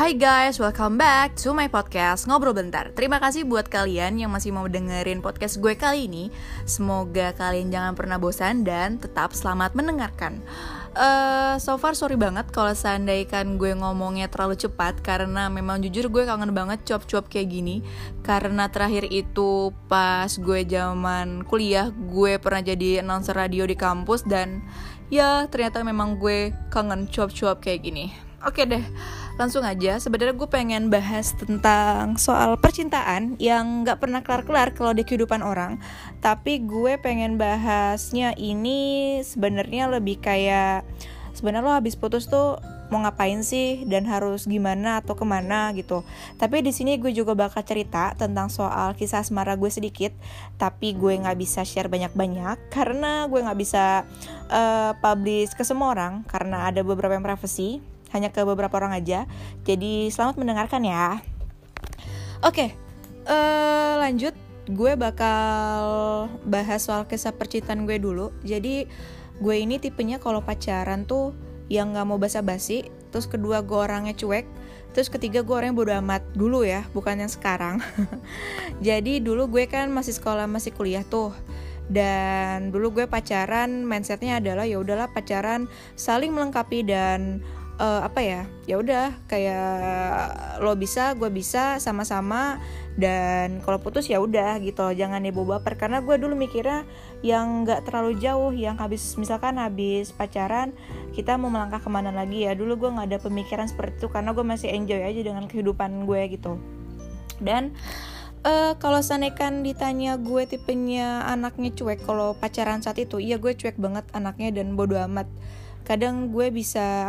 Hai guys, welcome back to my podcast Ngobrol Bentar. Terima kasih buat kalian yang masih mau dengerin podcast gue kali ini. Semoga kalian jangan pernah bosan dan tetap selamat mendengarkan. So far sorry banget kalau seandainya gue ngomongnya terlalu cepat, karena memang jujur gue kangen banget cuap-cuap kayak gini. Karena terakhir itu pas gue zaman kuliah, gue pernah jadi announcer radio di kampus. Dan ya ternyata memang gue kangen cuap-cuap kayak gini. Oke deh, langsung aja. Sebenarnya gue pengen bahas tentang soal percintaan yang gak pernah kelar-kelar kalau di kehidupan orang. Tapi gue pengen bahasnya ini sebenarnya lebih kayak, sebenarnya lo habis putus tuh mau ngapain sih dan harus gimana atau kemana gitu. Tapi di sini gue juga bakal cerita tentang soal kisah asmara gue sedikit. Tapi gue gak bisa share banyak-banyak karena gue gak bisa publish ke semua orang, karena ada beberapa yang privacy, hanya ke beberapa orang aja. Jadi selamat mendengarkan ya. Oke, lanjut. Gue bakal bahas soal kisah percintaan gue dulu. Jadi gue ini tipenya kalau pacaran tuh yang gak mau basa-basi. Terus kedua, gue orangnya cuek. Terus ketiga, gue orangnya bodo amat dulu ya, bukan yang sekarang. Jadi dulu gue kan masih sekolah, masih kuliah tuh. Dan dulu gue pacaran mindsetnya adalah ya udahlah, pacaran saling melengkapi dan ya udah kayak lo bisa, gue bisa, sama-sama. Dan kalau putus ya udah gitu, jangan dibawa baper. Karena gue dulu mikirnya yang nggak terlalu jauh, yang habis pacaran kita mau melangkah kemana lagi ya. Dulu gue nggak ada pemikiran seperti itu karena gue masih enjoy aja dengan kehidupan gue gitu. Dan kalau seandainya ditanya gue tipenya anaknya cuek kalau pacaran saat itu, iya gue cuek banget anaknya dan bodo amat. Kadang gue bisa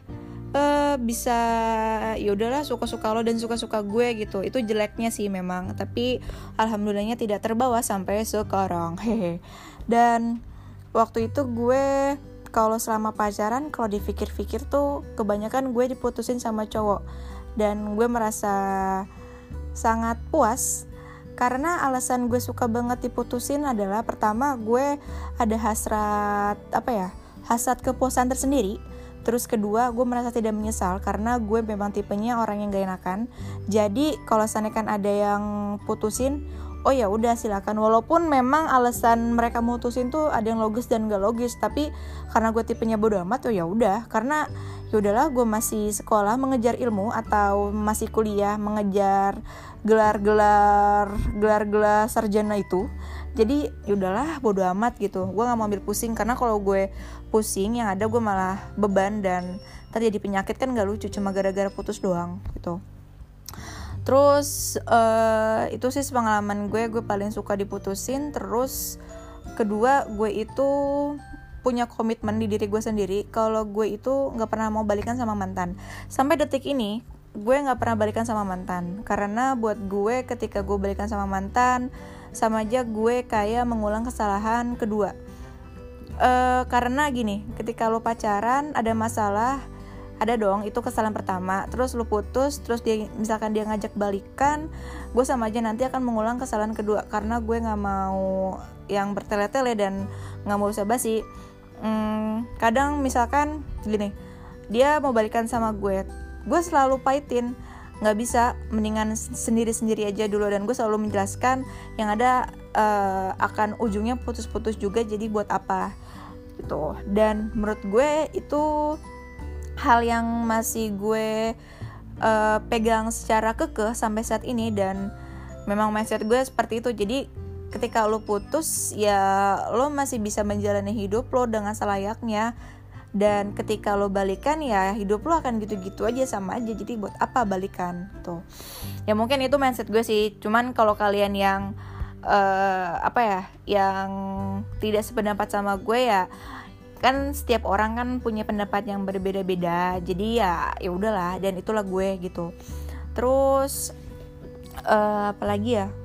bisa ya udahlah, suka-suka lo dan suka-suka gue gitu. Itu jeleknya sih memang, tapi alhamdulillahnya tidak terbawa sampai sekarang. Dan waktu itu gue kalau selama pacaran, kalau dipikir-pikir tuh kebanyakan gue diputusin sama cowok. Dan gue merasa sangat puas karena alasan gue suka banget diputusin adalah, pertama gue ada hasrat kepuasan tersendiri. Terus kedua, gue merasa tidak menyesal karena gue memang tipenya orang yang gak enakan. Jadi kalau seandainya ada yang putusin, oh ya udah silakan. Walaupun memang alasan mereka mutusin tuh ada yang logis dan gak logis, tapi karena gue tipenya bodo amat, ya udah. Karena ya udahlah, gue masih sekolah mengejar ilmu atau masih kuliah mengejar gelar-gelar sarjana itu. Jadi yaudahlah, bodo amat gitu. Gue gak mau ambil pusing, karena kalau gue pusing yang ada gue malah beban dan terjadi penyakit, kan gak lucu cuma gara-gara putus doang gitu. Terus itu sih pengalaman gue paling suka diputusin. Terus kedua, gue itu punya komitmen di diri gue sendiri kalau gue itu gak pernah mau balikan sama mantan. Sampai detik ini gue gak pernah balikan sama mantan, karena buat gue ketika gue balikan sama mantan sama aja gue kayak mengulang kesalahan kedua. Karena gini, ketika lo pacaran ada masalah, ada dong, itu kesalahan pertama. Terus lo putus, terus misalkan dia ngajak balikan, gue sama aja nanti akan mengulang kesalahan kedua. Karena gue gak mau yang bertele-tele dan gak mau basa-basi. Kadang misalkan gini, dia mau balikan sama gue selalu pahitin. Gak bisa, mendingan sendiri-sendiri aja dulu. Dan gue selalu menjelaskan yang ada akan ujungnya putus-putus juga, jadi buat apa gitu. Dan menurut gue itu hal yang masih gue pegang secara kekeh sampai saat ini. Dan memang mindset gue seperti itu. Jadi ketika lo putus, ya lo masih bisa menjalani hidup lo dengan selayaknya. Dan ketika lo balikan, ya hidup lo akan gitu-gitu aja, sama aja. Jadi buat apa balikan tuh. Ya mungkin itu mindset gue sih. Cuman kalau kalian yang yang tidak sependapat sama gue, ya kan setiap orang kan punya pendapat yang berbeda-beda. Jadi ya udahlah, dan itulah gue gitu. Terus apalagi ya?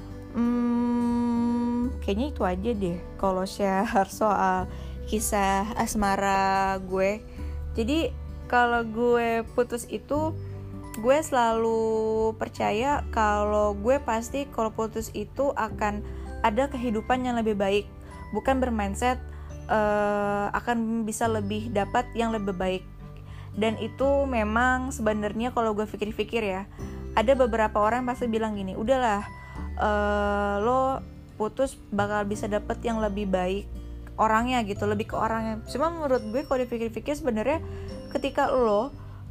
Kayaknya itu aja deh kalau share soal kisah asmara gue. Jadi kalau gue putus itu, gue selalu percaya kalau gue pasti kalau putus itu akan ada kehidupan yang lebih baik. Bukan bermindset akan bisa lebih dapat yang lebih baik. Dan itu memang sebenarnya kalau gue pikir-pikir ya, ada beberapa orang yang pasti bilang gini, udahlah lo putus bakal bisa dapet yang lebih baik orangnya gitu, lebih ke orangnya. Cuma menurut gue kalau dipikir-pikir sebenarnya ketika lo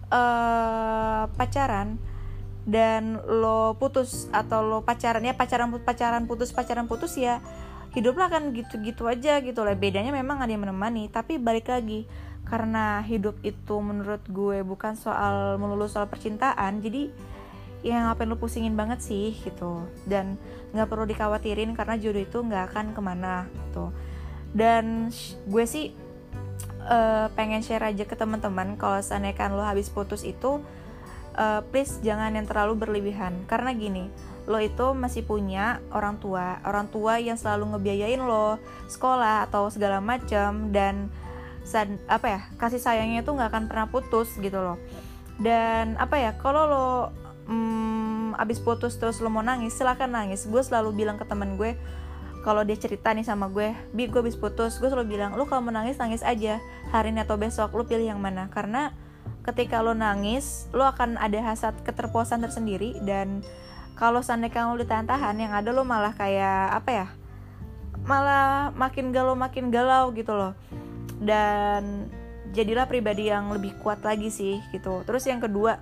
pacaran dan lo putus atau lo pacaran putus ya, hidup lo akan gitu-gitu aja gitu lah. Bedanya memang ada yang menemani, tapi balik lagi karena hidup itu menurut gue bukan melulu soal percintaan, jadi ya ngapain lu pusingin banget sih gitu. Dan gak perlu dikhawatirin karena jodoh itu gak akan kemana gitu. Dan gue sih pengen share aja ke teman-teman, kalau seandainya kan lo habis putus itu please jangan yang terlalu berlebihan. Karena gini, lo itu masih punya orang tua yang selalu ngebiayain lo sekolah atau segala macam, dan kasih sayangnya itu nggak akan pernah putus gitu loh. Dan kalau lo abis putus terus lo mau nangis, silakan nangis. Gue selalu bilang ke teman gue, kalau dia cerita nih sama gue, gue abis putus, gue selalu bilang, lo kalau mau nangis aja, hari ini atau besok, lo pilih yang mana. Karena ketika lo nangis, lo akan ada hasrat keterpuasan tersendiri, dan kalau seandainya lo ditahan-tahan, yang ada lo malah kayak malah makin galau gitu loh. Dan jadilah pribadi yang lebih kuat lagi sih gitu. Terus yang kedua,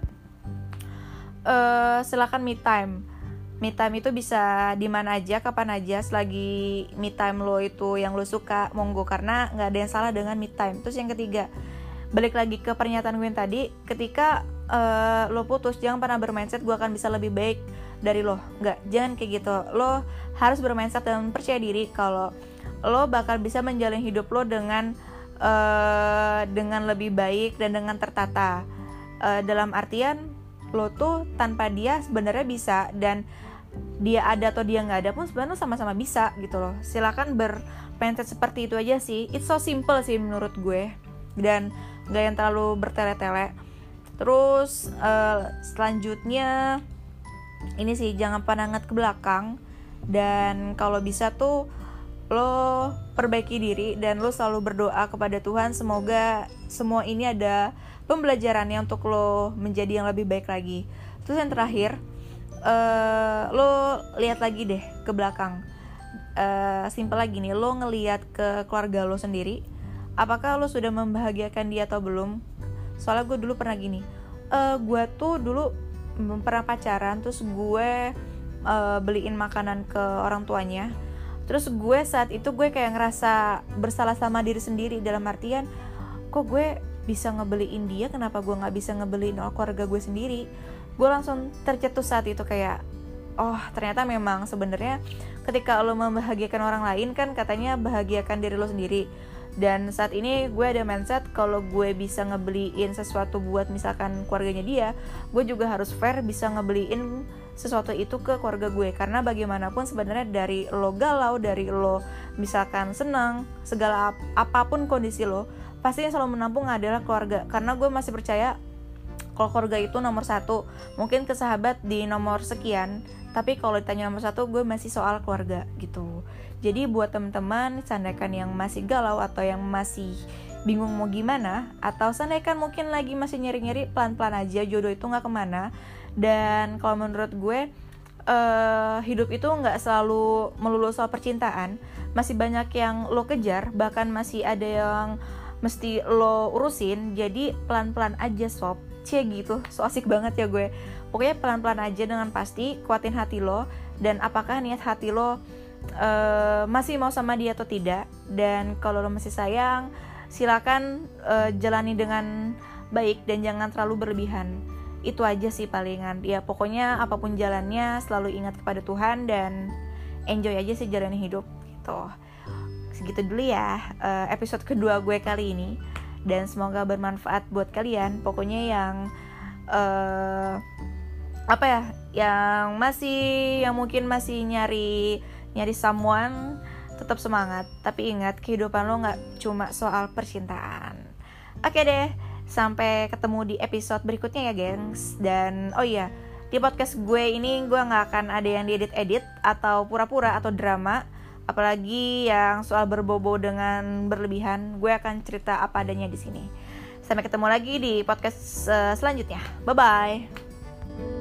silakan me time. Me time itu bisa di mana aja, kapan aja, selagi me time lo itu yang lo suka, monggo, karena nggak ada yang salah dengan me time. Terus yang ketiga, balik lagi ke pernyataan gue yang tadi, ketika lo putus, jangan pernah bermindset gue akan bisa lebih baik dari lo. Nggak, jangan kayak gitu. Lo harus bermindset dan percaya diri kalau lo bakal bisa menjalani hidup lo dengan lebih baik dan dengan tertata. Dalam artian lo tuh tanpa dia sebenarnya bisa, dan dia ada atau dia nggak ada pun sebenarnya sama-sama bisa gitu loh. Silakan bermindset seperti itu aja sih. It's so simple sih menurut gue, dan nggak yang terlalu bertele-tele. Terus selanjutnya ini sih, jangan pandang ke belakang, dan kalau bisa tuh lo perbaiki diri dan lo selalu berdoa kepada Tuhan, semoga semua ini ada pembelajarannya untuk lo menjadi yang lebih baik lagi. Terus yang terakhir, lo lihat lagi deh ke belakang. Simpel lagi nih, lo ngelihat ke keluarga lo sendiri, apakah lo sudah membahagiakan dia atau belum. Soalnya gue dulu pernah gini, gue tuh dulu pernah pacaran, terus gue beliin makanan ke orang tuanya. Terus gue saat itu gue kayak ngerasa bersalah sama diri sendiri, dalam artian kok gue bisa ngebeliin dia, kenapa gue gak bisa ngebeliin keluarga gue sendiri. Gue langsung tercetus saat itu kayak, oh ternyata memang sebenarnya ketika lo membahagiakan orang lain kan katanya bahagiakan diri lo sendiri. Dan saat ini gue ada mindset kalau gue bisa ngebeliin sesuatu buat misalkan keluarganya dia, gue juga harus fair bisa ngebeliin sesuatu itu ke keluarga gue. Karena bagaimanapun sebenarnya dari lo galau, dari lo misalkan senang, segala apapun kondisi lo, pasti yang selalu menampung adalah keluarga. Karena gue masih percaya kalau keluarga itu nomor satu. Mungkin ke sahabat di nomor sekian, tapi kalau ditanya nomor satu, gue masih soal keluarga gitu. Jadi buat teman-teman, seandainya yang masih galau atau yang masih bingung mau gimana, atau seandainya mungkin lagi masih nyari-nyari, pelan-pelan aja, jodoh itu gak kemana. Dan kalau menurut gue, hidup itu gak selalu melulu soal percintaan. Masih banyak yang lo kejar, bahkan masih ada yang mesti lo urusin. Jadi pelan-pelan aja sob, gitu, so asik banget ya gue. Pokoknya pelan-pelan aja dengan pasti, kuatin hati lo, dan apakah niat hati lo masih mau sama dia atau tidak. Dan kalau lo masih sayang, silakan jalani dengan baik dan jangan terlalu berlebihan. Itu aja sih palingan. Ya pokoknya apapun jalannya, selalu ingat kepada Tuhan dan enjoy aja sih jalani hidup gitu. Segitu dulu ya episode kedua gue kali ini, dan semoga bermanfaat buat kalian. Pokoknya yang yang mungkin masih nyari someone, tetap semangat. Tapi ingat, kehidupan lo gak cuma soal percintaan. Oke deh, sampai ketemu di episode berikutnya ya gengs. Dan oh iya, di podcast gue ini gue gak akan ada yang diedit-edit atau pura-pura atau drama, apalagi yang soal berbobo dengan berlebihan. Gue akan cerita apa adanya di sini. Sampai ketemu lagi di podcast selanjutnya. Bye-bye.